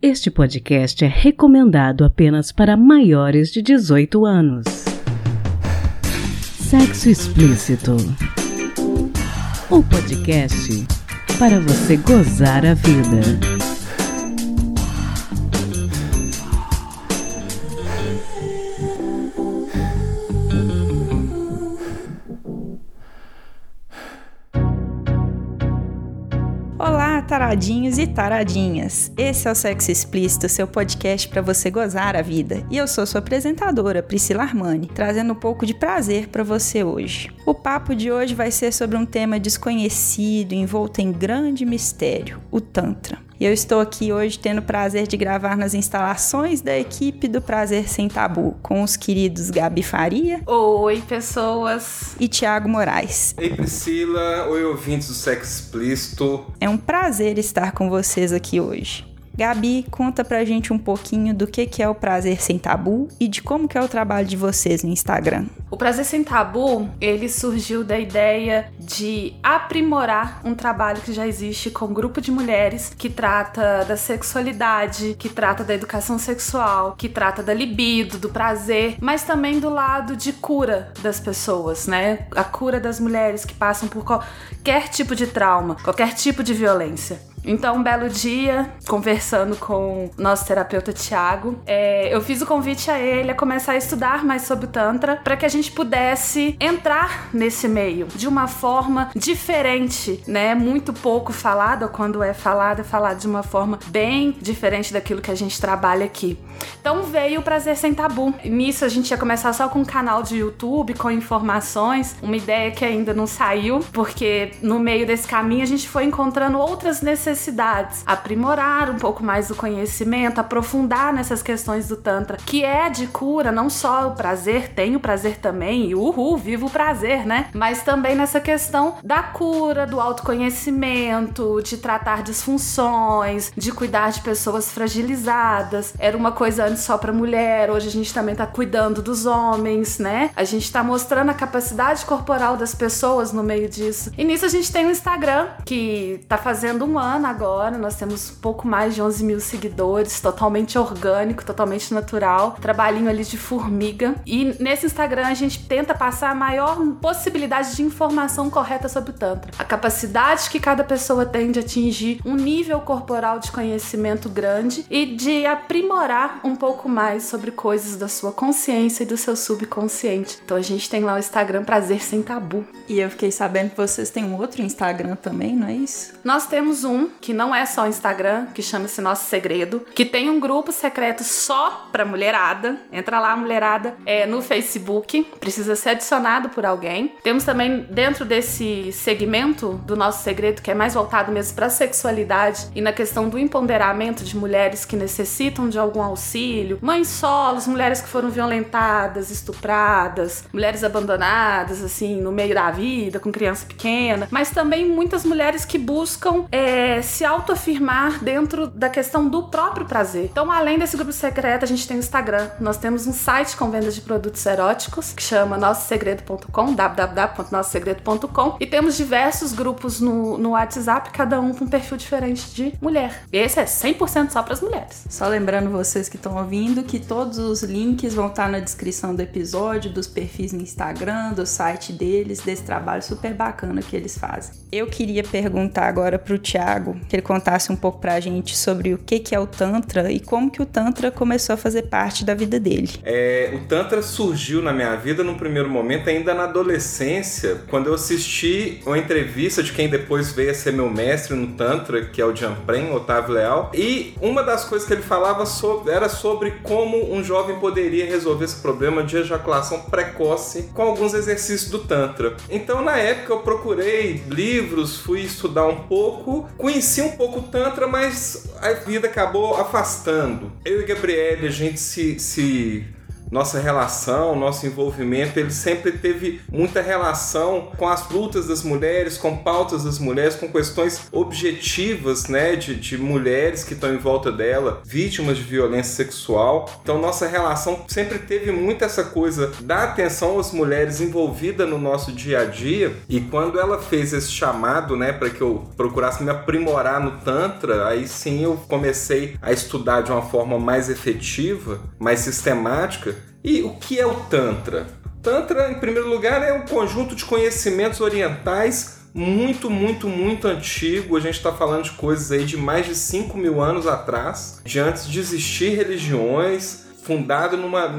Este podcast é recomendado apenas para maiores de 18 anos. Sexo Explícito. O podcast para você gozar a vida. Olá, taradinhos e taradinhas! Esse é o Sexo Explícito, seu podcast para você gozar a vida. E eu sou sua apresentadora, Priscila Armani, trazendo um pouco de prazer para você hoje. O papo de hoje vai ser sobre um tema desconhecido, envolto em grande mistério, o Tantra. E eu estou aqui hoje tendo o prazer de gravar nas instalações da equipe do Prazer Sem Tabu, com os queridos Gabi Faria. Oi, pessoas! E Thiago Moraes. Ei, Priscila! Oi, ouvintes do Sexo Explícito! É um prazer estar com vocês aqui hoje. Gabi, conta pra gente um pouquinho do que é o Prazer Sem Tabu e de como que é o trabalho de vocês no Instagram. O Prazer Sem Tabu, ele surgiu da ideia de aprimorar um trabalho que já existe com um grupo de mulheres que trata da sexualidade, que trata da educação sexual, que trata da libido, do prazer, mas também do lado de cura das pessoas, né? A cura das mulheres que passam por qualquer tipo de trauma, qualquer tipo de violência. Então, um belo dia, conversando com o nosso terapeuta Thiago, eu fiz o convite a ele a começar a estudar mais sobre o Tantra para que a gente pudesse entrar nesse meio de uma forma diferente, né? Muito pouco falada, ou quando é falado de uma forma bem diferente daquilo que a gente trabalha aqui. Então veio o Prazer Sem Tabu. Nisso a gente ia começar só com um canal de YouTube, com informações, uma ideia que ainda não saiu, porque no meio desse caminho a gente foi encontrando outras necessidades, aprimorar um pouco mais o conhecimento, aprofundar nessas questões do Tantra, que é de cura, não só o prazer, tem o prazer também, e viva o prazer, né? Mas também nessa questão da cura, do autoconhecimento, de tratar disfunções, de cuidar de pessoas fragilizadas. Era uma coisa antes só pra mulher, hoje a gente também tá cuidando dos homens, né? A gente tá mostrando a capacidade corporal das pessoas no meio disso. E nisso a gente tem um Instagram que tá fazendo um ano agora, nós temos um pouco mais de 11 mil seguidores, totalmente orgânico, totalmente natural, trabalhinho ali de formiga. E nesse Instagram a gente tenta passar a maior possibilidade de informação correta sobre o Tantra. A capacidade que cada pessoa tem de atingir um nível corporal de conhecimento grande e de aprimorar um pouco mais sobre coisas da sua consciência e do seu subconsciente. Então a gente tem lá o Instagram Prazer Sem Tabu. E eu fiquei sabendo que vocês têm um outro Instagram também, não é isso? Nós temos um que não é só o Instagram, que chama-se Nosso Segredo, que tem um grupo secreto só pra mulherada. Entra lá, mulherada, no Facebook, precisa ser adicionado por alguém. Temos também, dentro desse segmento do Nosso Segredo, que é mais voltado mesmo pra sexualidade e na questão do empoderamento de mulheres que necessitam de algum auxílio, mães solos, mulheres que foram violentadas, estupradas, mulheres abandonadas, assim, no meio da vida, com criança pequena, mas também muitas mulheres que buscam se autoafirmar dentro da questão do próprio prazer. Então, além desse grupo secreto, a gente tem o Instagram. Nós temos um site com vendas de produtos eróticos, que chama nossosegredo.com, www.nossosegredo.com, e temos diversos grupos no WhatsApp, cada um com um perfil diferente de mulher. E esse é 100% só para as mulheres. Só lembrando vocês que estão ouvindo que todos os links vão estar na descrição do episódio, dos perfis no Instagram, do site deles, desse trabalho super bacana que eles fazem. Eu queria perguntar agora pro Thiago, que ele contasse um pouco pra gente sobre o que é o Tantra e como que o Tantra começou a fazer parte da vida dele. O Tantra surgiu na minha vida num primeiro momento, ainda na adolescência, quando eu assisti uma entrevista de quem depois veio a ser meu mestre no Tantra, que é o Jamprem, Otávio Leal, e uma das coisas que ele falava era sobre como um jovem poderia resolver esse problema de ejaculação precoce com alguns exercícios do Tantra. Então, na época, eu procurei livros, fui estudar um pouco, conheci um pouco o Tantra, mas a vida acabou afastando. Eu e Gabriele, a gente se nossa relação, nosso envolvimento, ele sempre teve muita relação com as lutas das mulheres, com pautas das mulheres, com questões objetivas, né, de mulheres que estão em volta dela, vítimas de violência sexual. Então nossa relação sempre teve muito essa coisa da atenção às mulheres envolvidas no nosso dia a dia. E quando ela fez esse chamado, né, para que eu procurasse me aprimorar no Tantra, aí sim eu comecei a estudar de uma forma mais efetiva, mais sistemática. E o que é o Tantra? Tantra, em primeiro lugar, é um conjunto de conhecimentos orientais muito antigo. A gente está falando de coisas aí de mais de 5.000 anos atrás, de antes de existir religiões, fundado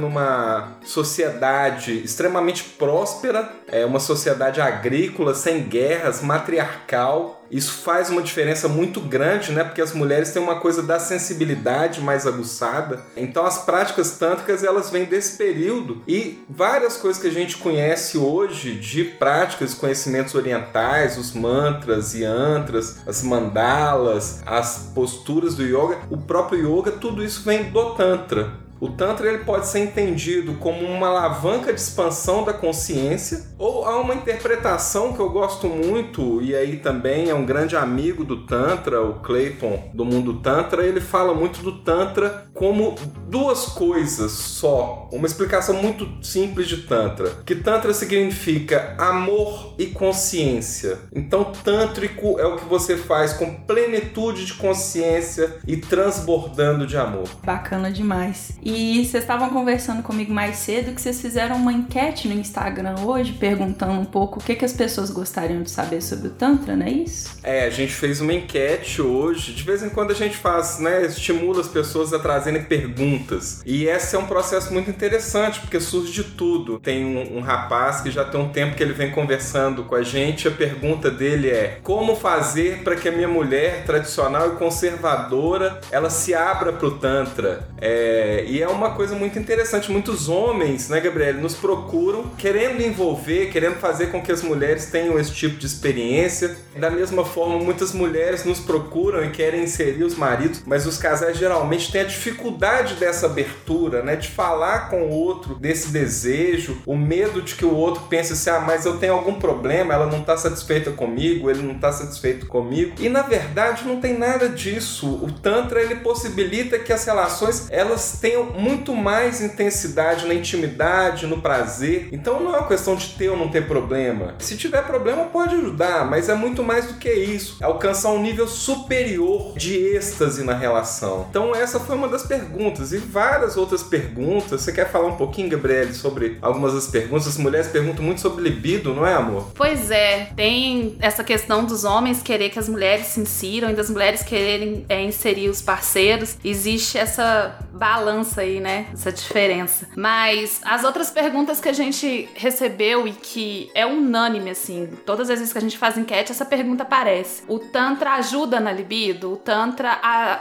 numa sociedade extremamente próspera, uma sociedade agrícola, sem guerras, matriarcal. Isso faz uma diferença muito grande, né? Porque as mulheres têm uma coisa da sensibilidade mais aguçada. Então as práticas tântricas, elas vêm desse período, e várias coisas que a gente conhece hoje de práticas, conhecimentos orientais, os mantras, yantras, as mandalas, as posturas do yoga, o próprio yoga, tudo isso vem do Tantra. O Tantra, ele pode ser entendido como uma alavanca de expansão da consciência, ou há uma interpretação que eu gosto muito, e aí também é um grande amigo do Tantra, o Clayton, do Mundo Tantra. Ele fala muito do Tantra como duas coisas só, uma explicação muito simples de Tantra, que Tantra significa amor e consciência. Então tântrico é o que você faz com plenitude de consciência e transbordando de amor. Bacana demais. E vocês estavam conversando comigo mais cedo que vocês fizeram uma enquete no Instagram hoje, perguntando um pouco o que as pessoas gostariam de saber sobre o Tantra, não é isso? A gente fez uma enquete hoje. De vez em quando a gente faz, né, estimula as pessoas a trazerem perguntas. E esse é um processo muito interessante, porque surge de tudo. Tem um rapaz que já tem um tempo que ele vem conversando com a gente. A pergunta dele é: como fazer para que a minha mulher tradicional e conservadora, ela se abra para o Tantra? E é uma coisa muito interessante. Muitos homens, né, Gabriele, nos procuram querendo envolver, querendo fazer com que as mulheres tenham esse tipo de experiência. Da mesma forma, muitas mulheres nos procuram e querem inserir os maridos, mas os casais geralmente têm a dificuldade dessa abertura, né, de falar com o outro desse desejo, o medo de que o outro pense assim: mas eu tenho algum problema, ela não está satisfeita comigo, ele não está satisfeito comigo. E na verdade não tem nada disso. O Tantra, ele possibilita que as relações, elas tenham muito mais intensidade na intimidade, no prazer. Então não é uma questão de ter ou não ter problema. Se tiver problema, pode ajudar, mas é muito mais do que isso. É alcançar um nível superior de êxtase na relação. Então essa foi uma das perguntas, e várias outras perguntas. Você quer falar um pouquinho, Gabriele, sobre algumas das perguntas? As mulheres perguntam muito sobre libido, não é, amor? Pois é, tem essa questão dos homens querer que as mulheres se insiram e das mulheres quererem inserir os parceiros. Existe essa balança aí, né? Essa diferença. Mas as outras perguntas que a gente recebeu e que é unânime, assim, todas as vezes que a gente faz enquete, essa pergunta aparece. O Tantra ajuda na libido? O Tantra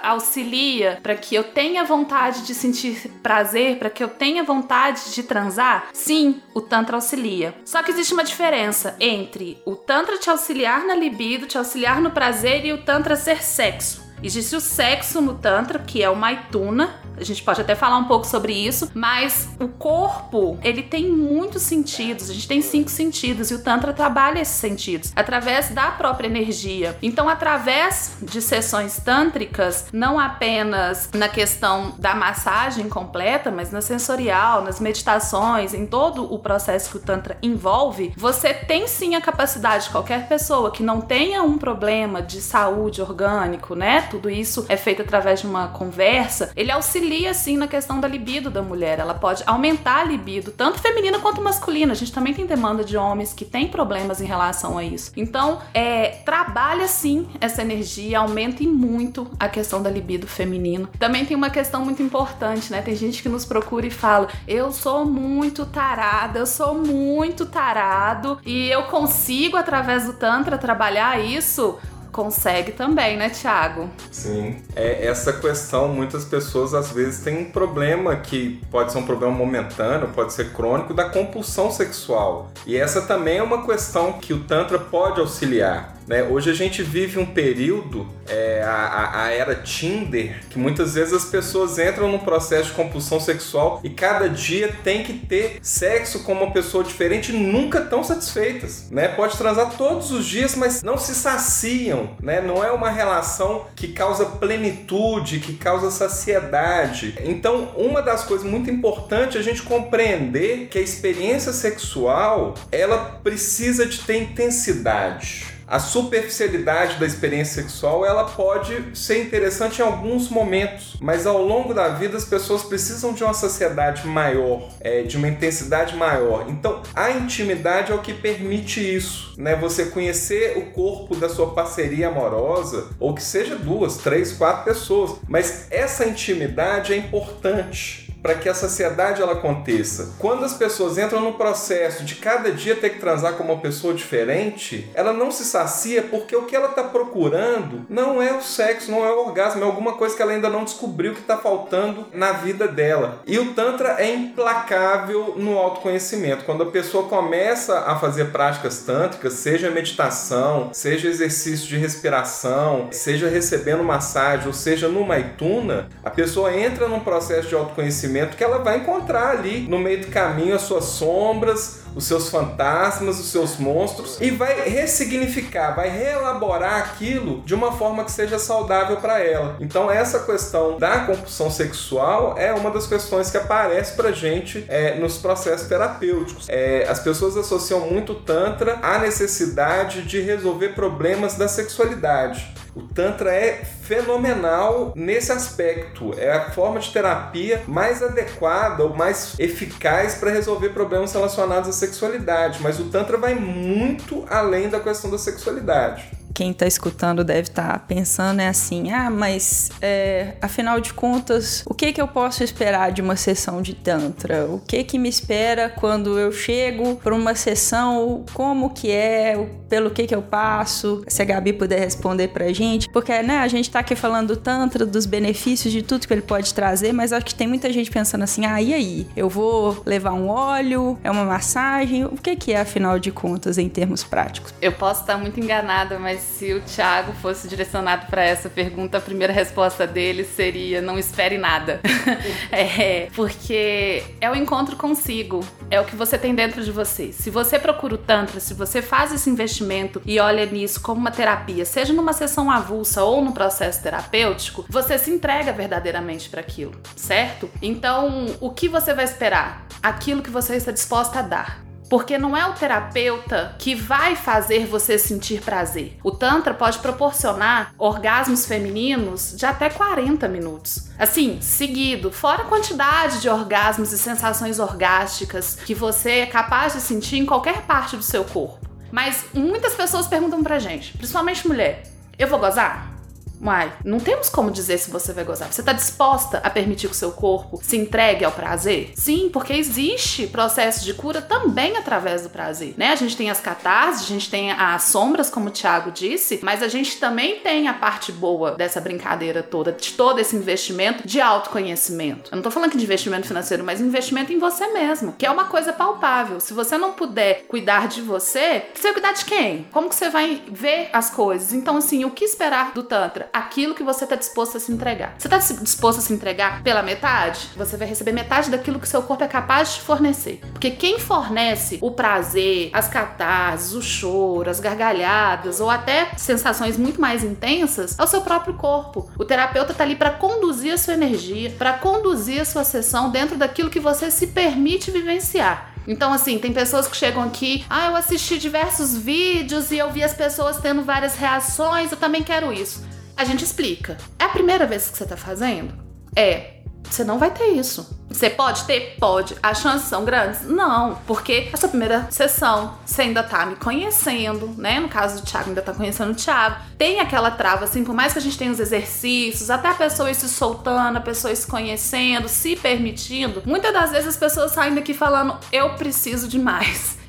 auxilia para que eu tenha vontade de sentir prazer, para que eu tenha vontade de transar? Sim, o Tantra auxilia. Só que existe uma diferença entre o Tantra te auxiliar na libido, te auxiliar no prazer, e o Tantra ser sexo. Existe o sexo no Tantra, que é o Maituna. A gente pode até falar um pouco sobre isso, mas o corpo, ele tem muitos sentidos. A gente tem 5 sentidos e o Tantra trabalha esses sentidos através da própria energia. Então, através de sessões tântricas, não apenas na questão da massagem completa, mas na sensorial, nas meditações, em todo o processo que o Tantra envolve, você tem sim a capacidade, qualquer pessoa que não tenha um problema de saúde orgânico, né? Tudo isso é feito através de uma conversa. Ele auxilia sim na questão da libido da mulher. Ela pode aumentar a libido, tanto feminina quanto masculina. A gente também tem demanda de homens que têm problemas em relação a isso. Então, trabalha sim essa energia, aumenta e muito a questão da libido feminino. Também tem uma questão muito importante, né? Tem gente que nos procura e fala: eu sou muito tarada, eu sou muito tarado e eu consigo, através do Tantra, trabalhar isso. Consegue também, né, Thiago? Sim. Essa questão, muitas pessoas às vezes têm um problema que pode ser um problema momentâneo, pode ser crônico, da compulsão sexual. E essa também é uma questão que o Tantra pode auxiliar. né? Hoje a gente vive um período, a era Tinder, que muitas vezes as pessoas entram num processo de compulsão sexual e cada dia tem que ter sexo com uma pessoa diferente e nunca tão satisfeitas, né? Pode transar todos os dias, mas não se saciam, né? Não é uma relação que causa plenitude, que causa saciedade. Então, uma das coisas muito importantes é a gente compreender que a experiência sexual, ela precisa de ter intensidade. A superficialidade da experiência sexual, ela pode ser interessante em alguns momentos, mas ao longo da vida as pessoas precisam de uma saciedade maior, de uma intensidade maior. Então, a intimidade é o que permite isso, né? Você conhecer o corpo da sua parceria amorosa, ou que seja 2, 3, 4 pessoas, mas essa intimidade é importante para que a saciedade ela aconteça. Quando as pessoas entram no processo de cada dia ter que transar com uma pessoa diferente, ela não se sacia porque o que ela está procurando não é o sexo, não é o orgasmo, é alguma coisa que ela ainda não descobriu que está faltando na vida dela. E o Tantra é implacável no autoconhecimento. Quando a pessoa começa a fazer práticas tântricas, seja meditação, seja exercício de respiração, seja recebendo massagem, ou seja no Maituna, a pessoa entra num processo de autoconhecimento que ela vai encontrar ali no meio do caminho as suas sombras, os seus fantasmas, os seus monstros, e vai ressignificar, vai reelaborar aquilo de uma forma que seja saudável para ela. Então essa questão da compulsão sexual é uma das questões que aparece pra gente nos processos terapêuticos. As pessoas associam muito o Tantra à necessidade de resolver problemas da sexualidade. O Tantra é fenomenal nesse aspecto. É a forma de terapia mais adequada ou mais eficaz para resolver problemas relacionados à sexualidade. Mas o Tantra vai muito além da questão da sexualidade. Quem está escutando deve estar pensando assim, mas afinal de contas, o que eu posso esperar de uma sessão de Tantra? O que me espera quando eu chego para uma sessão? Como que é? Pelo que eu passo? Se a Gabi puder responder pra gente. Porque, a gente tá aqui falando do Tantra, dos benefícios, de tudo que ele pode trazer, mas acho que tem muita gente pensando assim, e aí? Eu vou levar um óleo? É uma massagem? O que é, afinal de contas, em termos práticos? Eu posso estar muito enganada, mas se o Thiago fosse direcionado para essa pergunta, a primeira resposta dele seria: não espere nada. Porque é o encontro consigo, é o que você tem dentro de você. Se você procura o Tantra, se você faz esse investimento e olha nisso como uma terapia, seja numa sessão avulsa ou no processo terapêutico, você se entrega verdadeiramente para aquilo, certo? Então, o que você vai esperar? Aquilo que você está disposta a dar. Porque não é o terapeuta que vai fazer você sentir prazer. O Tantra pode proporcionar orgasmos femininos de até 40 minutos. Assim, seguido, fora a quantidade de orgasmos e sensações orgásticas que você é capaz de sentir em qualquer parte do seu corpo. Mas muitas pessoas perguntam pra gente, principalmente mulher, eu vou gozar? Uai, não temos como dizer se você vai gozar. Você tá disposta a permitir que o seu corpo se entregue ao prazer? Sim, porque existe processo de cura também através do prazer, né? A gente tem as catarses, a gente tem as sombras, como o Thiago disse, mas a gente também tem a parte boa dessa brincadeira toda, de todo esse investimento de autoconhecimento. Eu não tô falando aqui de investimento financeiro, mas investimento em você mesmo, que é uma coisa palpável. Se você não puder cuidar de você, você vai cuidar de quem? Como que você vai ver as coisas? Então, assim, o que esperar do Tantra? Aquilo que você está disposto a se entregar. Você está disposto a se entregar pela metade? Você vai receber metade daquilo que seu corpo é capaz de fornecer. Porque quem fornece o prazer, as catarses, o choro, as gargalhadas ou até sensações muito mais intensas é o seu próprio corpo. O terapeuta está ali para conduzir a sua energia, para conduzir a sua sessão dentro daquilo que você se permite vivenciar. Então, assim, tem pessoas que chegam aqui, eu assisti diversos vídeos e eu vi as pessoas tendo várias reações, eu também quero isso. A gente explica. É a primeira vez que você tá fazendo? Você não vai ter isso. Você pode ter? Pode. As chances são grandes? Não, porque essa primeira sessão, você ainda tá me conhecendo, né? No caso do Thiago, ainda tá conhecendo o Thiago. Tem aquela trava, assim, por mais que a gente tenha os exercícios, até a pessoa ir se soltando, a pessoa ir se conhecendo, se permitindo. Muitas das vezes as pessoas saem daqui falando, eu preciso de mais.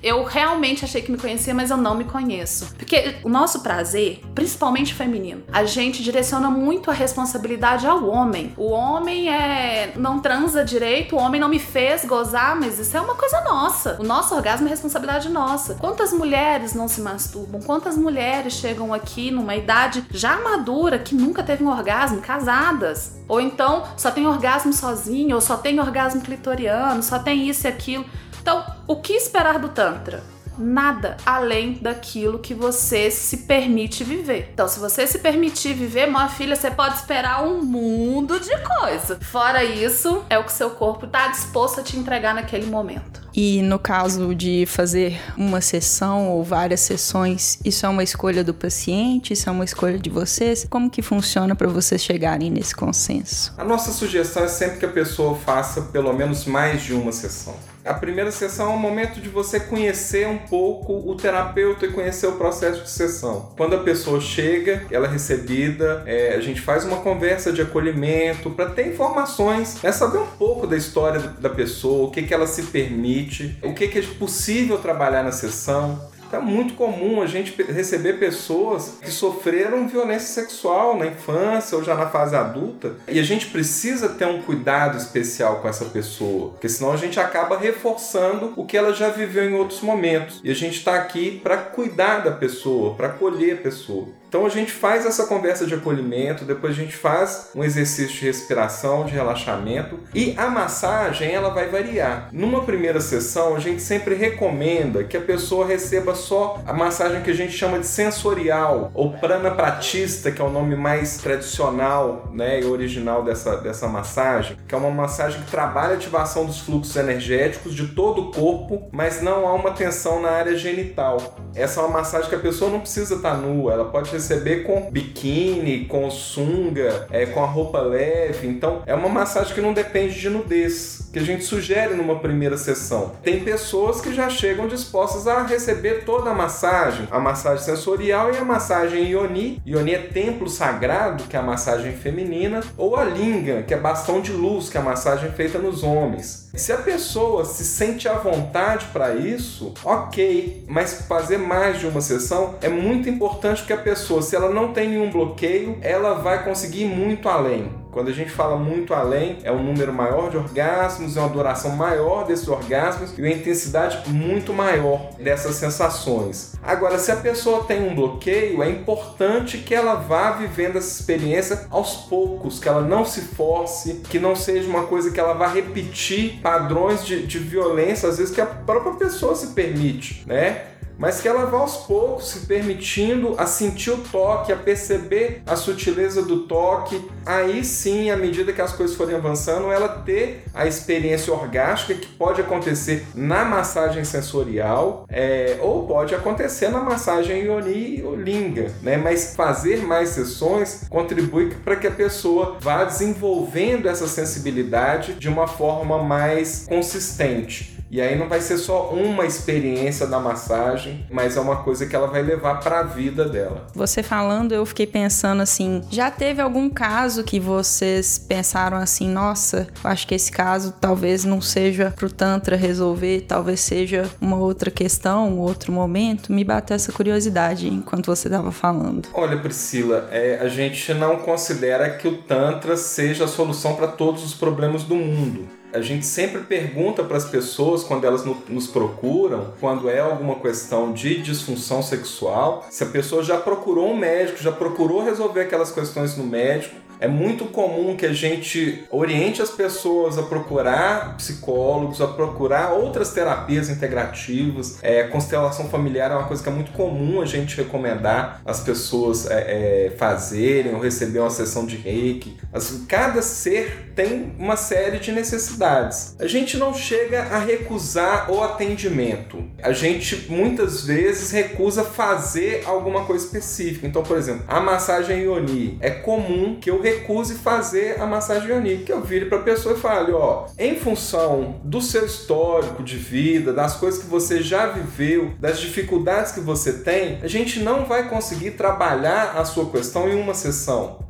eu realmente achei que me conhecia, mas eu não me conheço. Porque o nosso prazer, principalmente feminino, a gente direciona muito a responsabilidade ao homem. O homem não transa direito, o homem não me fez gozar, mas isso é uma coisa nossa. O nosso orgasmo é responsabilidade nossa. Quantas mulheres não se masturbam? Quantas mulheres chegam aqui numa idade já madura que nunca teve um orgasmo, casadas? Ou então só tem orgasmo sozinho, ou só tem orgasmo clitoriano, só tem isso e aquilo. Então, o que esperar do Tantra? Nada além daquilo que você se permite viver. Então, se você se permitir viver, minha filha, você pode esperar um mundo de coisa. Fora isso, é o que seu corpo está disposto a te entregar naquele momento. E no caso de fazer uma sessão ou várias sessões, isso é uma escolha do paciente? Isso é uma escolha de vocês? Como que funciona para vocês chegarem nesse consenso? A nossa sugestão é sempre que a pessoa faça pelo menos mais de uma sessão. A primeira sessão é um momento de você conhecer um pouco o terapeuta e conhecer o processo de sessão. Quando a pessoa chega, ela é recebida, a gente faz uma conversa de acolhimento para ter informações, saber um pouco da história da pessoa, o que ela se permite, o que é possível trabalhar na sessão. É muito comum a gente receber pessoas que sofreram violência sexual na infância ou já na fase adulta, e a gente precisa ter um cuidado especial com essa pessoa, porque senão a gente acaba reforçando o que ela já viveu em outros momentos, e a gente está aqui para cuidar da pessoa, para acolher a pessoa. Então a gente faz essa conversa de acolhimento, depois a gente faz um exercício de respiração, de relaxamento, e a massagem ela vai variar. Numa primeira sessão a gente sempre recomenda que a pessoa receba só a massagem que a gente chama de sensorial, ou pranapratista, que é o nome mais tradicional, né, e original dessa massagem, que é uma massagem que trabalha a ativação dos fluxos energéticos de todo o corpo, mas não há uma tensão na área genital. Essa é uma massagem que a pessoa não precisa estar nua, ela pode receber com biquíni, com sunga, com a roupa leve. Então é uma massagem que não depende de nudez, que a gente sugere numa primeira sessão. Tem pessoas que já chegam dispostas a receber toda a massagem sensorial e a massagem Yoni. Yoni é templo sagrado, que é a massagem feminina, ou a Linga, que é bastão de luz, que é a massagem feita nos homens. Se a pessoa se sente à vontade para isso, ok, mas fazer mais de uma sessão é muito importante, porque a pessoa, se ela não tem nenhum bloqueio, ela vai conseguir ir muito além. Quando a gente fala muito além, é um número maior de orgasmos, é uma duração maior desses orgasmos e uma intensidade muito maior dessas sensações. Agora, se a pessoa tem um bloqueio, é importante que ela vá vivendo essa experiência aos poucos, que ela não se force, que não seja uma coisa que ela vá repetir padrões de violência, às vezes que a própria pessoa se permite, né? Mas que ela vá aos poucos se permitindo a sentir o toque, a perceber a sutileza do toque. Aí sim, à medida que as coisas forem avançando, ela ter a experiência orgástica, que pode acontecer na massagem sensorial, ou pode acontecer na massagem Yoni ou Linga, né? Mas fazer mais sessões contribui para que a pessoa vá desenvolvendo essa sensibilidade de uma forma mais consistente. E aí não vai ser só uma experiência da massagem, mas é uma coisa que ela vai levar para a vida dela. Você falando, eu fiquei pensando assim, já teve algum caso que vocês pensaram assim, nossa, eu acho que esse caso talvez não seja pro Tantra resolver, talvez seja uma outra questão, um outro momento? Me bateu essa curiosidade enquanto você estava falando. Olha, Priscila, a gente não considera que o Tantra seja a solução para todos os problemas do mundo. A gente sempre pergunta para as pessoas, quando elas nos procuram, quando é alguma questão de disfunção sexual, se a pessoa já procurou um médico, já procurou resolver aquelas questões no médico. É muito comum que a gente oriente as pessoas a procurar psicólogos, a procurar outras terapias integrativas. Constelação familiar é uma coisa que é muito comum a gente recomendar as pessoas fazerem ou receber uma sessão de reiki. Cada ser tem uma série de necessidades. A gente não chega a recusar o atendimento. A gente muitas vezes recusa fazer alguma coisa específica. Então, por exemplo, a massagem Yoni. É comum que eu recuse fazer a massagem Yoni, que eu vire para a pessoa e fale, em função do seu histórico de vida, das coisas que você já viveu, das dificuldades que você tem, a gente não vai conseguir trabalhar a sua questão em uma sessão.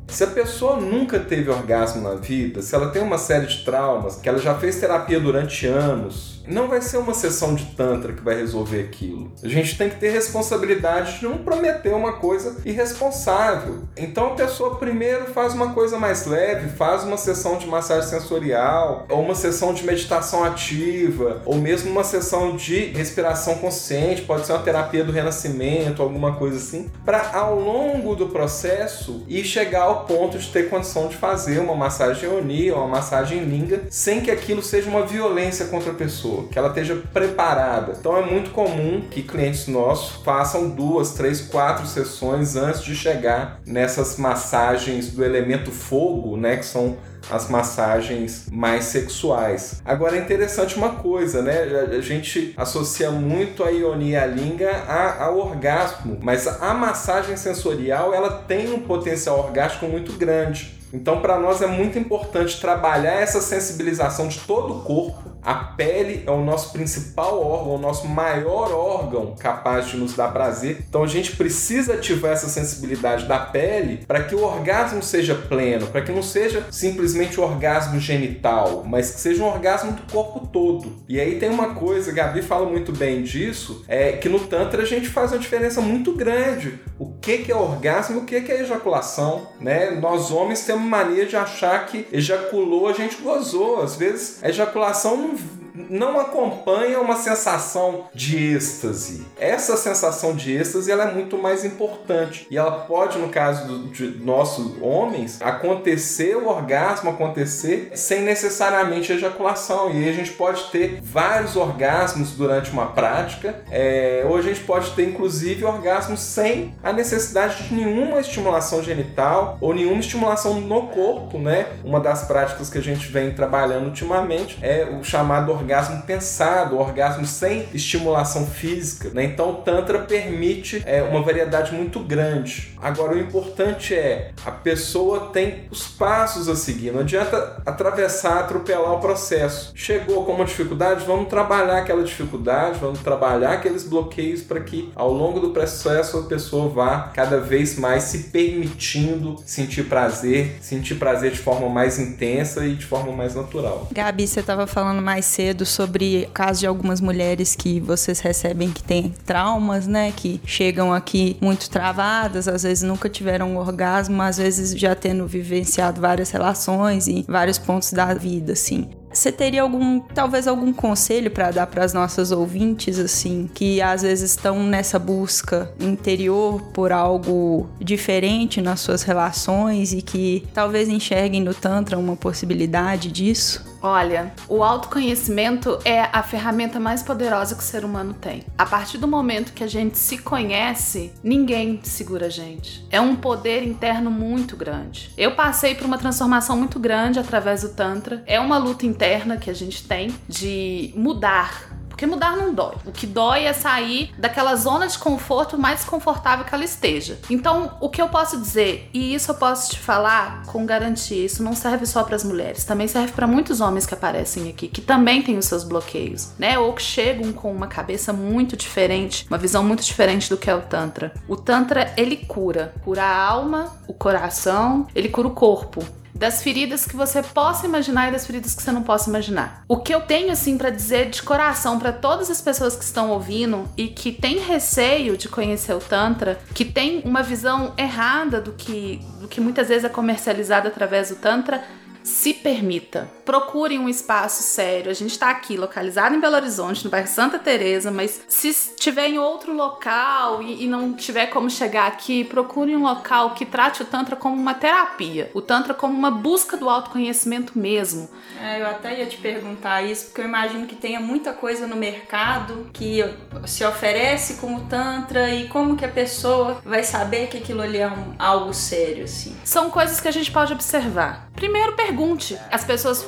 Se a pessoa nunca teve orgasmo na vida, se ela tem uma série de traumas, que ela já fez terapia durante anos, não vai ser uma sessão de tantra que vai resolver aquilo. A gente tem que ter responsabilidade de não prometer uma coisa irresponsável. Então a pessoa primeiro faz uma coisa mais leve, faz uma sessão de massagem sensorial, ou uma sessão de meditação ativa, ou mesmo uma sessão de respiração consciente, pode ser uma terapia do renascimento, alguma coisa assim, para ao longo do processo ir chegar ao ponto de ter condição de fazer uma massagem Yoni ou uma massagem Linga, sem que aquilo seja uma violência contra a pessoa, que ela esteja preparada. Então é muito comum que clientes nossos façam 2, 3, 4 sessões antes de chegar nessas massagens do elemento fogo, né, que são as massagens mais sexuais. Agora é interessante uma coisa, né? A gente associa muito a Yoni e a Linga ao orgasmo, mas a massagem sensorial ela tem um potencial orgástico muito grande. Então, para nós é muito importante trabalhar essa sensibilização de todo o corpo. A pele é o nosso principal órgão, o nosso maior órgão capaz de nos dar prazer. Então, a gente precisa ativar essa sensibilidade da pele para que o orgasmo seja pleno, para que não seja simplesmente o orgasmo genital, mas que seja um orgasmo do corpo todo. E aí tem uma coisa, a Gabi fala muito bem disso, é que no Tantra a gente faz uma diferença muito grande. O que é orgasmo e o que é ejaculação, né? Nós homens temos mania de achar que ejaculou, a gente gozou. Às vezes a ejaculação não acompanha uma sensação de êxtase. Essa sensação de êxtase ela é muito mais importante. E ela pode, no caso de nossos homens, acontecer o orgasmo, acontecer sem necessariamente ejaculação. E aí a gente pode ter vários orgasmos durante uma prática, ou a gente pode ter, inclusive, orgasmos sem a necessidade de nenhuma estimulação genital ou nenhuma estimulação no corpo, né? Uma das práticas que a gente vem trabalhando ultimamente é o chamado orgasmo pensado, orgasmo sem estimulação física, né? Então o Tantra permite uma variedade muito grande. Agora o importante é a pessoa tem os passos a seguir, não adianta atravessar, atropelar o processo. Chegou com uma dificuldade, vamos trabalhar aquela dificuldade, vamos trabalhar aqueles bloqueios para que ao longo do processo a pessoa vá cada vez mais se permitindo sentir prazer de forma mais intensa e de forma mais natural. Gabi, você estava falando mais cedo sobre o caso de algumas mulheres que vocês recebem que têm traumas, né? Que chegam aqui muito travadas, às vezes nunca tiveram um orgasmo, às vezes já tendo vivenciado várias relações e vários pontos da vida, assim. Você teria talvez algum conselho para dar para as nossas ouvintes, assim, que às vezes estão nessa busca interior por algo diferente nas suas relações e que talvez enxerguem no Tantra uma possibilidade disso? Olha, o autoconhecimento é a ferramenta mais poderosa que o ser humano tem. A partir do momento que a gente se conhece, ninguém segura a gente. É um poder interno muito grande. Eu passei por uma transformação muito grande através do Tantra. É uma luta interna que a gente tem de mudar. Porque mudar não dói. O que dói é sair daquela zona de conforto mais confortável que ela esteja. Então, o que eu posso dizer, e isso eu posso te falar com garantia, isso não serve só para as mulheres, também serve para muitos homens que aparecem aqui, que também têm os seus bloqueios, né? Ou que chegam com uma cabeça muito diferente, uma visão muito diferente do que é o Tantra. O Tantra, ele cura a alma, o coração, ele cura o corpo. Das feridas que você possa imaginar e das feridas que você não possa imaginar. O que eu tenho, assim, pra dizer de coração pra todas as pessoas que estão ouvindo e que têm receio de conhecer o Tantra, que tem uma visão errada do que muitas vezes é comercializado através do Tantra, se permita. Procure um espaço sério. A gente está aqui localizado em Belo Horizonte, no bairro Santa Teresa, mas se estiver em outro local e não tiver como chegar aqui, procure um local que trate o Tantra como uma terapia. O Tantra como uma busca do autoconhecimento mesmo. Eu até ia te perguntar isso, porque eu imagino que tenha muita coisa no mercado que se oferece como Tantra e como que a pessoa vai saber que aquilo ali é algo sério, assim. São coisas que a gente pode observar. Primeiro, pergunte. As pessoas falam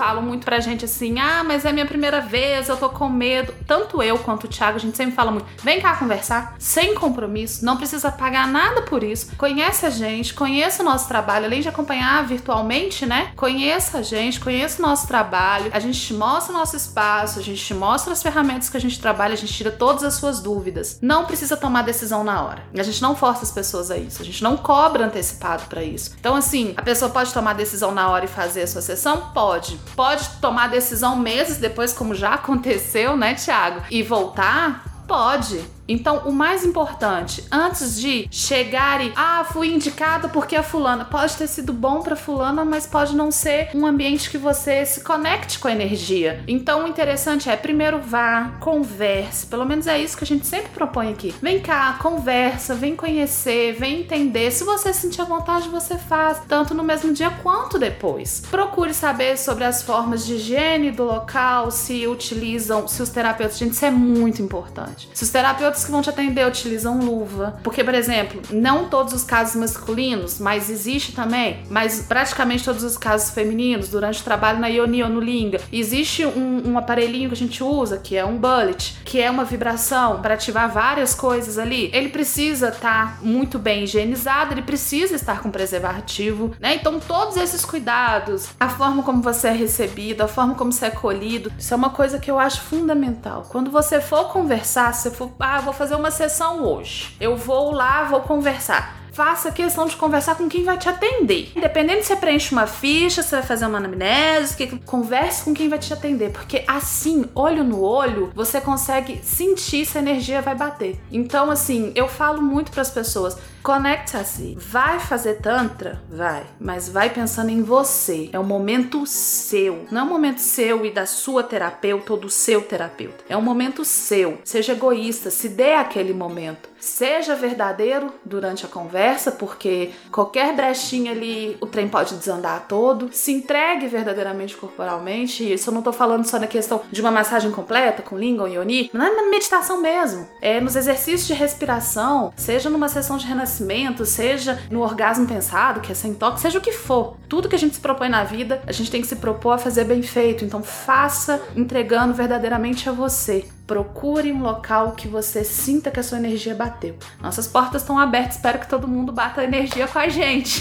falam muito pra gente assim, mas é minha primeira vez, eu tô com medo. Tanto eu quanto o Thiago, a gente sempre fala muito, vem cá conversar, sem compromisso, não precisa pagar nada por isso. Conhece a gente, conheça o nosso trabalho, além de acompanhar virtualmente, né? Conheça a gente, conheça o nosso trabalho, a gente te mostra o nosso espaço, a gente te mostra as ferramentas que a gente trabalha, a gente tira todas as suas dúvidas. Não precisa tomar decisão na hora. A gente não força as pessoas a isso, a gente não cobra antecipado pra isso. Então assim, a pessoa pode tomar decisão na hora e fazer a sua sessão? Pode. Pode tomar decisão meses depois, como já aconteceu, né, Thiago? E voltar? Pode. Então, o mais importante, antes de chegar e fui indicada porque a fulana, pode ter sido bom pra fulana, mas pode não ser um ambiente que você se conecte com a energia. Então, o interessante é, primeiro vá, converse, pelo menos é isso que a gente sempre propõe aqui. Vem cá, conversa, vem conhecer, vem entender. Se você sentir a vontade, você faz, tanto no mesmo dia quanto depois. Procure saber sobre as formas de higiene do local, se os terapeutas, gente, isso é muito importante. Se os terapeutas que vão te atender utilizam luva, porque, por exemplo, não todos os casos masculinos, mas existe também, mas praticamente todos os casos femininos, durante o trabalho na Yoni ou no Linga, existe um aparelhinho que a gente usa, que é um bullet, que é uma vibração para ativar várias coisas ali. Ele precisa estar muito bem higienizado, ele precisa estar com preservativo, né? Então todos esses cuidados, a forma como você é recebido, a forma como você é acolhido, isso é uma coisa que eu acho fundamental. Quando você for conversar, se você for, vou fazer uma sessão hoje, eu vou lá, vou conversar. Faça questão de conversar com quem vai te atender. Independente se você preenche uma ficha, se você vai fazer uma anamnese, converse com quem vai te atender, porque assim, olho no olho, você consegue sentir se a energia vai bater. Então, assim, eu falo muito para as pessoas, conecte-se. Vai fazer tantra? Vai. Mas vai pensando em você. É um momento seu. Não é um momento seu e da sua terapeuta ou do seu terapeuta. É um momento seu. Seja egoísta. Se dê aquele momento. Seja verdadeiro durante a conversa, porque qualquer brechinha ali, o trem pode desandar todo. Se entregue verdadeiramente corporalmente. E isso eu não tô falando só na questão de uma massagem completa com Lingam e Yoni. Não é na meditação mesmo. É nos exercícios de respiração. Seja numa sessão de renascimento, seja no orgasmo pensado, que é sem toque, seja o que for. Tudo que a gente se propõe na vida, a gente tem que se propor a fazer bem feito. Então faça entregando verdadeiramente a você. Procure um local que você sinta que a sua energia bateu. Nossas portas estão abertas, espero que todo mundo bata a energia com a gente.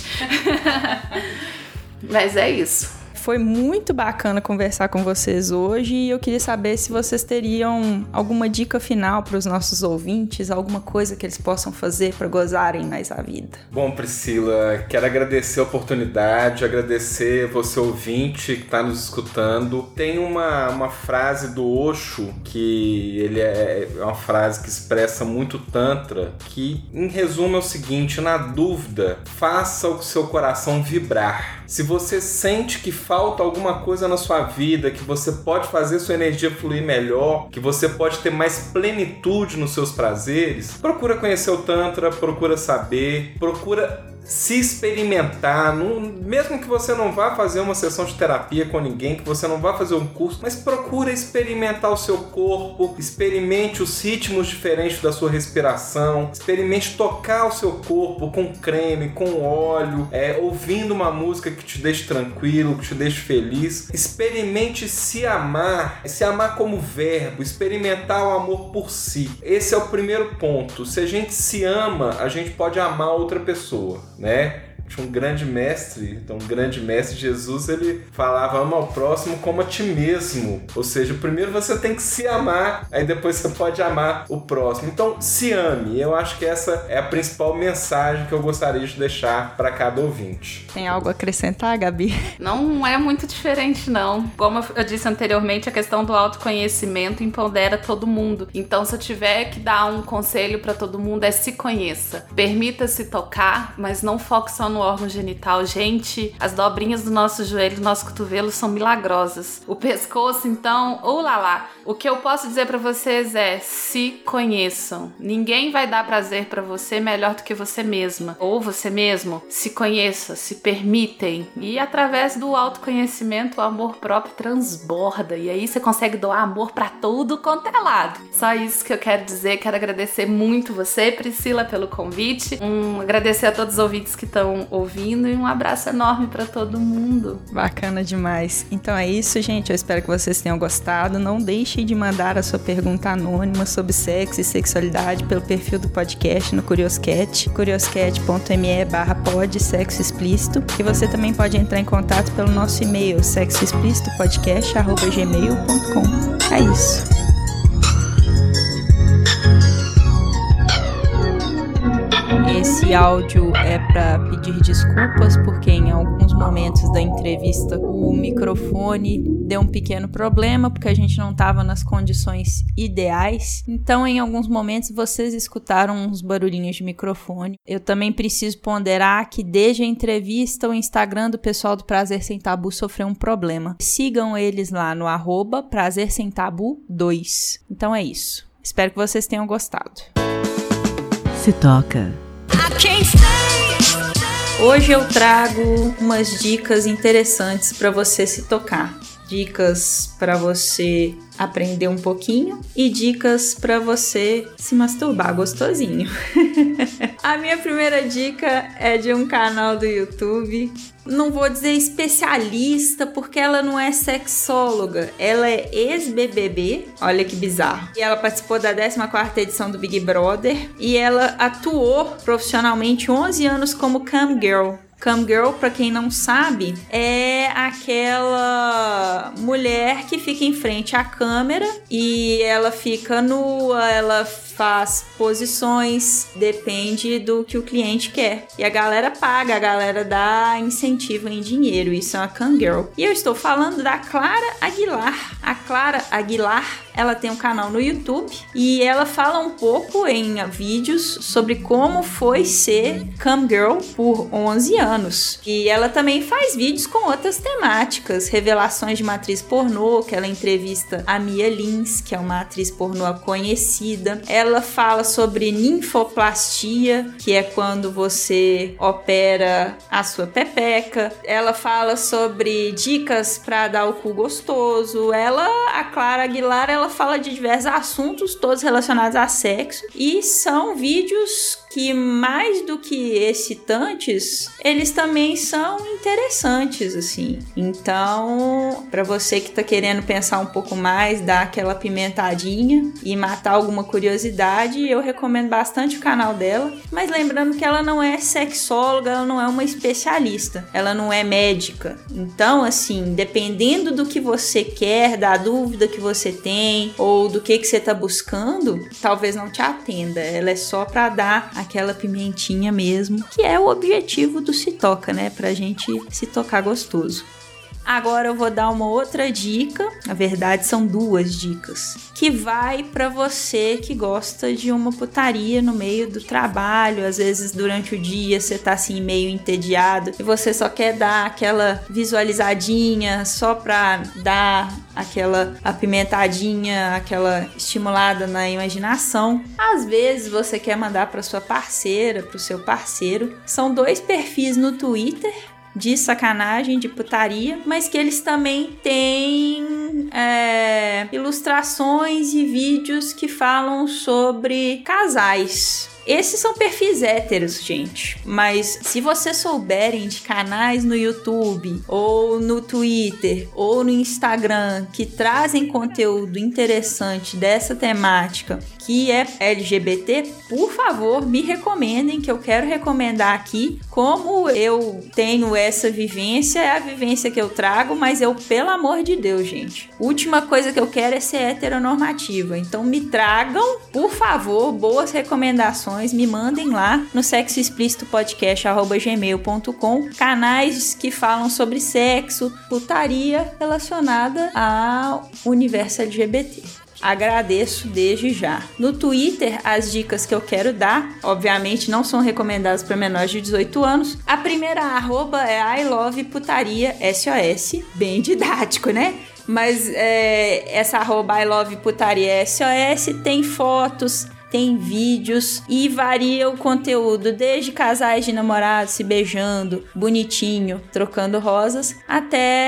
Mas é isso. Foi muito bacana conversar com vocês hoje e eu queria saber se vocês teriam alguma dica final para os nossos ouvintes, alguma coisa que eles possam fazer para gozarem mais a vida. Bom, Priscila, quero agradecer a oportunidade, agradecer você ouvinte que está nos escutando. Tem uma frase do Osho, que ele é uma frase que expressa muito Tantra, que em resumo é o seguinte: na dúvida, faça o seu coração vibrar. Se você sente que falta alguma coisa na sua vida, que você pode fazer sua energia fluir melhor, que você pode ter mais plenitude nos seus prazeres, procura conhecer o Tantra, procura saber, procura se experimentar, mesmo que você não vá fazer uma sessão de terapia com ninguém, que você não vá fazer um curso, mas procura experimentar o seu corpo, experimente os ritmos diferentes da sua respiração, experimente tocar o seu corpo com creme, com óleo, ouvindo uma música que te deixe tranquilo, que te deixe feliz. Experimente se amar como verbo, experimentar o amor por si. Esse é o primeiro ponto. Se a gente se ama, a gente pode amar outra pessoa, né? Tinha um grande mestre, Jesus, ele falava: ama ao próximo como a ti mesmo. Ou seja, primeiro você tem que se amar, aí depois você pode amar o próximo. Então, se ame. Eu acho que essa é a principal mensagem que eu gostaria de deixar para cada ouvinte. Tem algo a acrescentar, Gabi? Não é muito diferente, não. Como eu disse anteriormente, a questão do autoconhecimento empodera todo mundo. Então, se eu tiver que dar um conselho para todo mundo, é se conheça. Permita-se tocar, mas não foque só no órgão genital. Gente, as dobrinhas do nosso joelho, do nosso cotovelo são milagrosas. O pescoço, então, lá. O que eu posso dizer pra vocês é: se conheçam. Ninguém vai dar prazer pra você melhor do que você mesma. Ou você mesmo. Se conheça, se permitem. E através do autoconhecimento, o amor próprio transborda. E aí você consegue doar amor pra tudo quanto é lado. Só isso que eu quero dizer. Quero agradecer muito você, Priscila, pelo convite. Agradecer a todos os ouvintes que estão estão ouvindo e um abraço enorme para todo mundo. Bacana demais. Então é isso, gente. Eu espero que vocês tenham gostado. Não deixe de mandar a sua pergunta anônima sobre sexo e sexualidade pelo perfil do podcast no Curioscat, curioscat.me/pod sexo explícito. E você também pode entrar em contato pelo nosso e-mail sexoexplicitopodcast@gmail.com. É isso. Esse áudio é para pedir desculpas porque em alguns momentos da entrevista o microfone deu um pequeno problema porque a gente não estava nas condições ideais. Então, em alguns momentos vocês escutaram uns barulhinhos de microfone. Eu também preciso ponderar que desde a entrevista o Instagram do pessoal do Prazer Sem Tabu sofreu um problema. Sigam eles lá no @PrazerSemTabu2. Então é isso. Espero que vocês tenham gostado. Se toca. Hoje eu trago umas dicas interessantes para você se tocar. Dicas para você aprender um pouquinho e dicas para você se masturbar gostosinho. A minha primeira dica é de um canal do YouTube. Não vou dizer especialista, porque ela não é sexóloga. Ela é ex-BBB. Olha que bizarro. E ela participou da 14ª edição do Big Brother. E ela atuou profissionalmente 11 anos como cam girl. Cam girl, pra quem não sabe, é aquela mulher que fica em frente à câmera e ela fica nua, ela faz posições, depende do que o cliente quer. E a galera paga, a galera dá incentivo em dinheiro, isso é uma cam girl. E eu estou falando da Clara Aguilar. A Clara Aguilar, ela tem um canal no YouTube e ela fala um pouco em vídeos sobre como foi ser cam girl por 11 anos. E ela também faz vídeos com outras temáticas, revelações de uma atriz pornô, que ela entrevista a Mia Lins, que é uma atriz pornô conhecida. Ela fala sobre ninfoplastia, que é quando você opera a sua pepeca. Ela fala sobre dicas para dar o cu gostoso. A Clara Aguilar, ela fala de diversos assuntos, todos relacionados a sexo. E são vídeos que, mais do que excitantes, eles também são interessantes, assim. Então, para você que tá querendo pensar um pouco mais, dar aquela pimentadinha e matar alguma curiosidade, eu recomendo bastante o canal dela. Mas lembrando que ela não é sexóloga, ela não é uma especialista, ela não é médica. Então, assim, dependendo do que você quer, da dúvida que você tem, ou do que você tá buscando, talvez não te atenda. Ela é só para dar aquela pimentinha mesmo, que é o objetivo do Se Toca, né? Pra gente se tocar gostoso. Agora eu vou dar uma outra dica, na verdade são duas dicas, que vai pra você que gosta de uma putaria no meio do trabalho. Às vezes durante o dia você tá assim meio entediado e você só quer dar aquela visualizadinha só pra dar aquela apimentadinha, aquela estimulada na imaginação. Às vezes você quer mandar pra sua parceira, pro seu parceiro. São 2 perfis no Twitter de sacanagem, de putaria, mas que eles também têm ilustrações e vídeos que falam sobre casais. Esses são perfis héteros, gente. Mas se vocês souberem de canais no YouTube, ou no Twitter, ou no Instagram, que trazem conteúdo interessante dessa temática, que é LGBT, por favor, me recomendem, que eu quero recomendar aqui. Como eu tenho essa vivência, é a vivência que eu trago, mas eu, pelo amor de Deus, gente, última coisa que eu quero é ser heteronormativa. Então me tragam, por favor, boas recomendações. Me mandem lá no sexoexplicitopodcast@gmail.com canais que falam sobre sexo, putaria relacionada ao universo LGBT. Agradeço desde já. No Twitter, as dicas que eu quero dar, obviamente, não são recomendadas para menores de 18 anos. A primeira arroba é ILovePutariaSOS, bem didático, né? Mas essa arroba ILovePutariaSOS tem fotos, tem vídeos e varia o conteúdo, desde casais de namorados se beijando, bonitinho, trocando rosas, até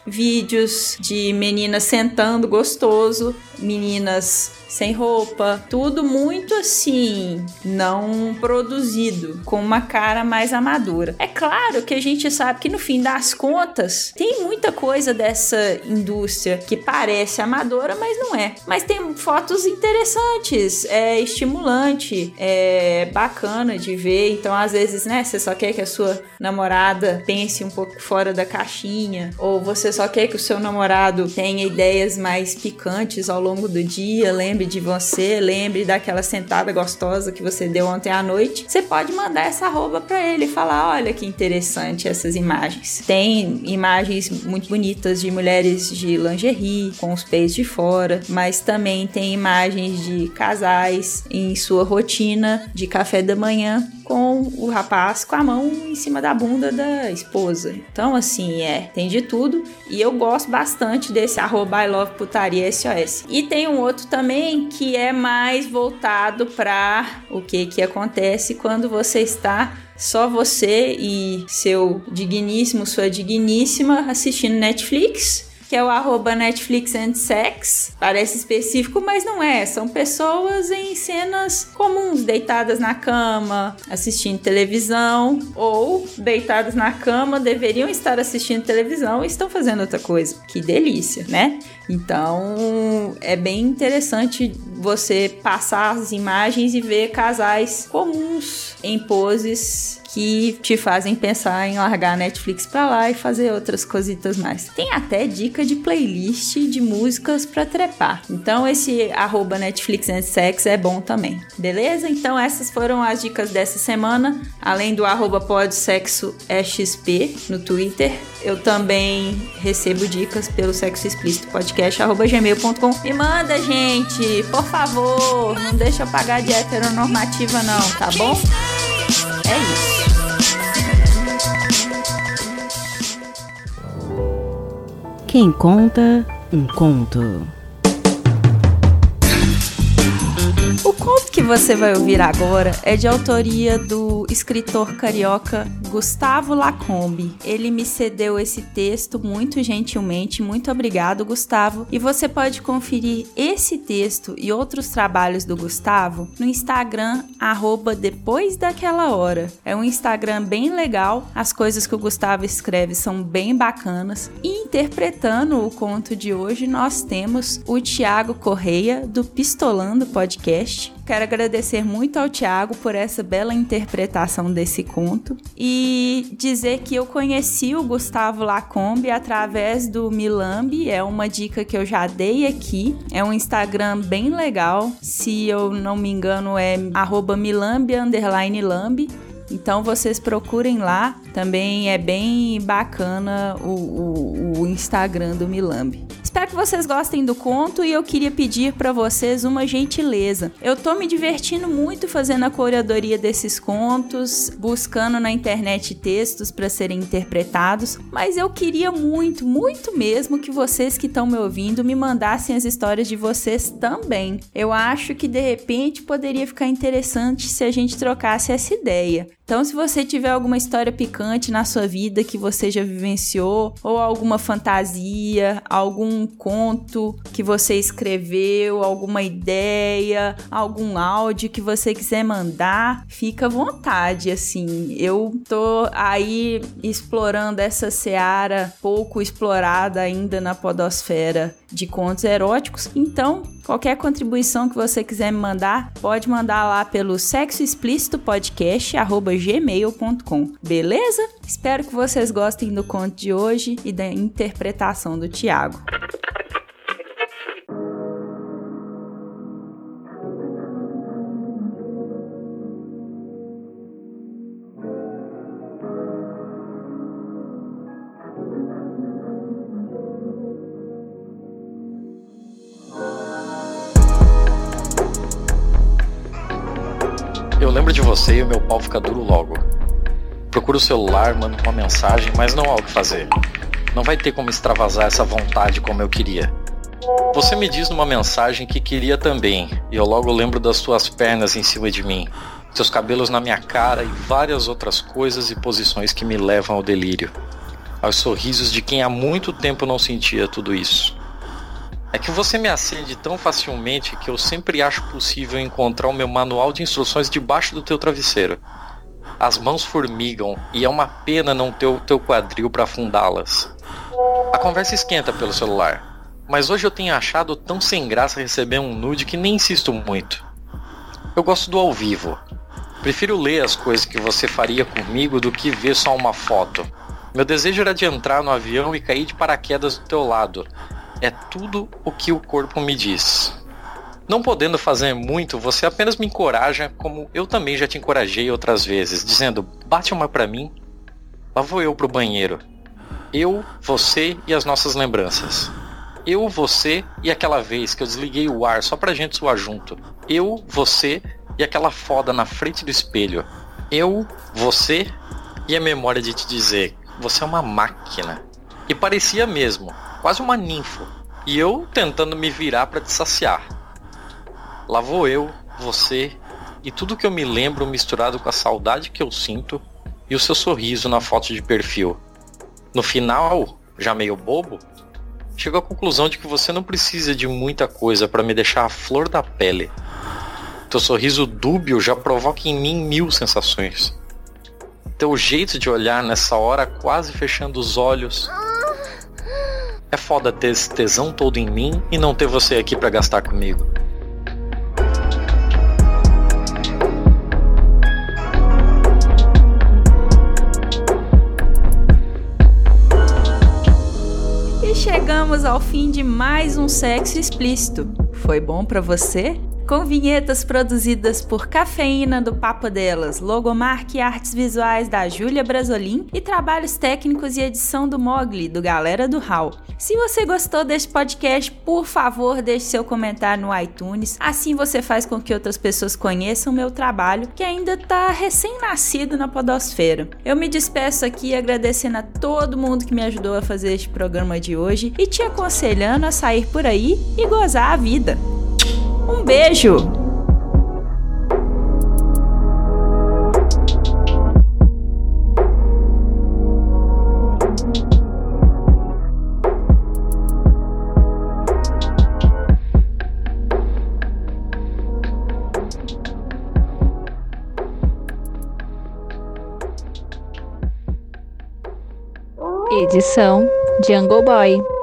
vídeos de meninas sentando gostoso, meninas sem roupa, tudo muito assim, não produzido, com uma cara mais amadora. É claro que a gente sabe que no fim das contas, tem muita coisa dessa indústria que parece amadora, mas não é. Mas tem fotos interessantes, é estimulante, é bacana de ver. Então, às vezes, né, você só quer que a sua namorada pense um pouco fora da caixinha, ou você só quer que o seu namorado tenha ideias mais picantes ao longo do dia, lembre de você, lembre daquela sentada gostosa que você deu ontem à noite, você pode mandar essa arroba pra ele e falar, olha que interessante essas imagens. Tem imagens muito bonitas de mulheres de lingerie, com os peitos de fora, mas também tem imagens de casais em sua rotina de café da manhã, com o rapaz com a mão em cima da bunda da esposa. Então, assim, tem de tudo. E eu gosto bastante desse @ILovePutariaSOS. E tem um outro também que é mais voltado para o que acontece quando você está só você e seu digníssimo, sua digníssima assistindo Netflix, que é o @NetflixandSex. Parece específico, mas não é. São pessoas em cenas comuns, deitadas na cama, assistindo televisão, ou deitadas na cama, deveriam estar assistindo televisão e estão fazendo outra coisa. Que delícia, né? Então, é bem interessante você passar as imagens e ver casais comuns em poses que te fazem pensar em largar a Netflix pra lá e fazer outras cositas mais. Tem até dica de playlist de músicas pra trepar. Então esse @NetflixandSex é bom também. Beleza? Então essas foram as dicas dessa semana. Além do @podsexoexp no Twitter, eu também recebo dicas pelo Sexo Explícito Podcast @gmail.com. Me manda, gente, por favor, não deixa eu pagar de heteronormativa não, tá bom? É isso. Quem conta um conto? O conto que você vai ouvir agora é de autoria do escritor carioca Gustavo Lacombe. Ele me cedeu esse texto muito gentilmente. Muito obrigado, Gustavo. E você pode conferir esse texto e outros trabalhos do Gustavo no Instagram @depoisdaquela-hora. É um Instagram bem legal. As coisas que o Gustavo escreve são bem bacanas. E interpretando o conto de hoje, nós temos o Thiago Correia, do Pistolando Podcast. Quero agradecer muito ao Thiago por essa bela interpretação desse conto e dizer que eu conheci o Gustavo Lacombe através do Milambi. É uma dica que eu já dei aqui. É um Instagram bem legal. Se eu não me engano é @Milambi_Lambi. Então vocês procurem lá. Também é bem bacana o Instagram do Milambi. Espero que vocês gostem do conto e eu queria pedir para vocês uma gentileza. Eu tô me divertindo muito fazendo a curadoria desses contos, buscando na internet textos para serem interpretados, mas eu queria muito, muito mesmo que vocês que estão me ouvindo me mandassem as histórias de vocês também. Eu acho que de repente poderia ficar interessante se a gente trocasse essa ideia. Então, se você tiver alguma história picante na sua vida que você já vivenciou, ou alguma fantasia, algum conto que você escreveu, alguma ideia, algum áudio que você quiser mandar, fica à vontade, assim. Eu tô aí explorando essa seara pouco explorada ainda na podosfera de contos eróticos, então qualquer contribuição que você quiser me mandar, pode mandar lá pelo sexoexplicitopodcast@gmail.com, beleza? Espero que vocês gostem do conto de hoje e da interpretação do Thiago. Eu lembro de você e o meu pau fica duro logo. Procuro o celular, mando uma mensagem, mas não há o que fazer. Não vai ter como extravasar essa vontade como eu queria. Você me diz numa mensagem que queria também, e eu logo lembro das suas pernas em cima de mim, seus cabelos na minha cara e várias outras coisas e posições que me levam ao delírio. aos sorrisos de quem há muito tempo não sentia tudo isso. É que você me acende tão facilmente que eu sempre acho possível encontrar o meu manual de instruções debaixo do teu travesseiro. As mãos formigam e é uma pena não ter o teu quadril para afundá-las. A conversa esquenta pelo celular, mas hoje eu tenho achado tão sem graça receber um nude que nem insisto muito. Eu gosto do ao vivo. Prefiro ler as coisas que você faria comigo do que ver só uma foto. Meu desejo era de entrar no avião e cair de paraquedas do teu lado. É tudo o que o corpo me diz. Não podendo fazer muito, você apenas me encoraja, como eu também já te encorajei outras vezes, dizendo, bate uma pra mim. Lá vou eu pro banheiro. Eu, você e as nossas lembranças. Eu, você e aquela vez que eu desliguei o ar só pra gente suar junto. Eu, você e aquela foda na frente do espelho. Eu, você e a memória de te dizer, você é uma máquina. E parecia mesmo, quase uma ninfa. E eu tentando me virar pra te saciar. Lá vou eu, você e tudo que eu me lembro misturado com a saudade que eu sinto e o seu sorriso na foto de perfil. No final, já meio bobo, chego à conclusão de que você não precisa de muita coisa para me deixar a flor da pele. Teu sorriso dúbio já provoca em mim 1000 sensações. Teu jeito de olhar nessa hora quase fechando os olhos. É foda ter esse tesão todo em mim e não ter você aqui para gastar comigo. Chegamos ao fim de mais um Sexo Explícito. Foi bom pra você? Com vinhetas produzidas por Cafeína do Papo Delas, logomarca e artes visuais da Júlia Brasolin e trabalhos técnicos e edição do Mogli, do Galera do Hall. Se você gostou deste podcast, por favor, deixe seu comentário no iTunes, assim você faz com que outras pessoas conheçam o meu trabalho, que ainda está recém-nascido na podosfera. Eu me despeço aqui agradecendo a todo mundo que me ajudou a fazer este programa de hoje e te aconselhando a sair por aí e gozar a vida. Um beijo! Edição Jungle Boy.